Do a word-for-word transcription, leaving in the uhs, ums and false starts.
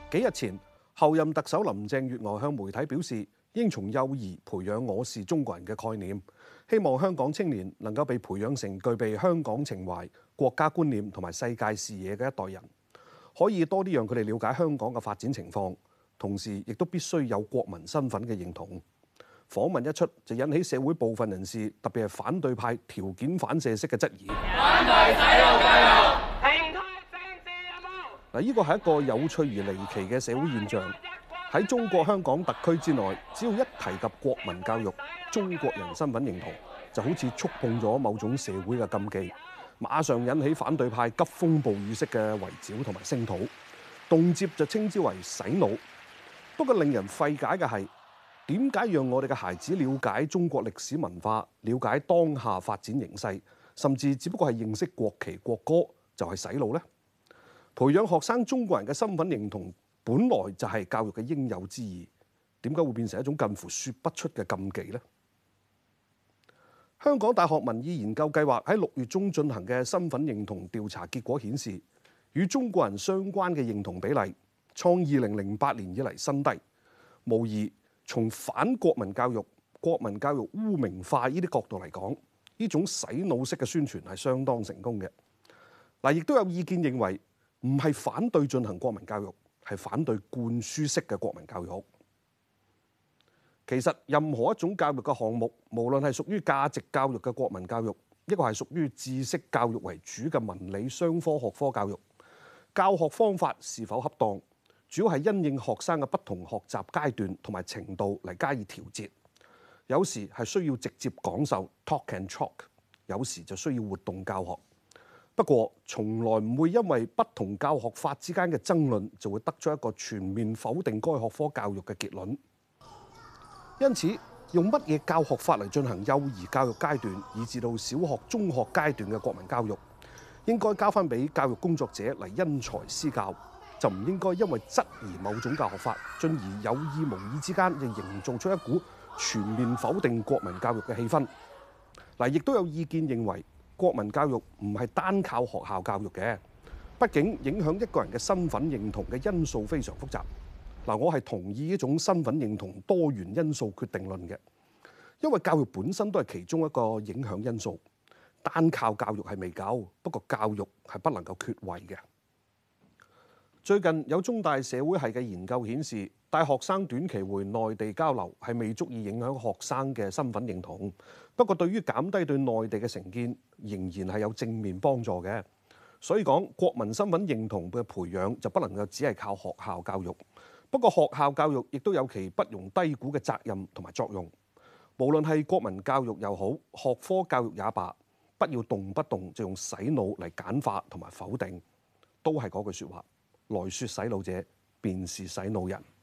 幾日前，候任特首林鄭月娥向媒體表示，應從幼兒培養我是中國人嘅概念，希望香港青年能夠被培養成具備香港情懷、國家觀念同埋世界視野嘅一代人，可以多啲讓佢哋了解香港嘅發展情況，同時亦都必須有國民身份嘅認同。訪問一出就引起社會部分人士，特別係反對派條件反射式嘅質疑。 反對洗腦教育，停退政治任務。 嗱，呢個係一個有趣而離奇嘅社會現象。喺中國香港特區之內，只要一提及國民教育、中國人身份認同，就好似觸碰咗某種社會嘅禁忌，馬上引起反對派急風暴雨式嘅圍剿同埋聲討，動輒就稱之為洗腦。不過令人費解嘅係，點解讓我哋嘅孩子了解中國歷史文化、了解當下發展形勢，甚至只不過係認識國旗國歌就係洗腦呢？培養學生中國人嘅身份認同，本來就係教育嘅應有之義，點解會變成一種近乎說不出嘅禁忌呢？香港大學民意研究計劃喺六月中進行嘅身份認同調查結果顯示，與中國人相關嘅認同比例創二零零八年以嚟新低。無疑從反國民教育、國民教育污名化呢啲角度嚟講，呢種洗腦式嘅宣傳係相當成功嘅。嗱，亦都有意見認為，唔係反對進行國民教育，係反對灌輸式嘅國民教育。其實任何一種教育嘅項目，無論係屬於價值教育嘅國民教育，一個係屬於知識教育為主嘅文理雙科學科教育，教學方法是否恰當，主要係因應學生嘅不同學習階段同埋程度嚟加以調節。有時係需要直接講授 talk and talk， 有時就需要活動教學。不過，從來唔會因為不同教學法之間嘅爭論，就會得出一個全面否定該學科教育嘅結論。因此，用乜嘢教學法嚟進行幼兒教育階段，以至到小學、中學階段嘅國民教育，應該交翻俾教育工作者嚟因材施教，就唔應該因為質疑某種教學法，進而有意無意之間就營造出一股全面否定國民教育嘅氣氛。嗱，亦都有意見認為，國民教育唔係單靠學校教育嘅，畢竟影響一個人嘅身份認同嘅因素非常複雜。嗱，我係同意呢種身份認同多元因素決定論嘅，因為教育本身都係其中一個影響因素。單靠教育係未夠，不過教育係不能夠缺位嘅。最近有中大社會系嘅研究顯示，帶學生短期回內地交流係未足以影響學生嘅身份認同，不過對於減低對內地嘅成見，仍然係有正面幫助嘅。所以講國民身份認同嘅培養就不能夠只係靠學校教育。不過學校教育亦都有其不容低估嘅責任同埋作用。無論係國民教育又好，學科教育也罷，不要動不動就用洗腦嚟簡化同埋否定，都係嗰句説話，來説洗腦者，便是洗腦人。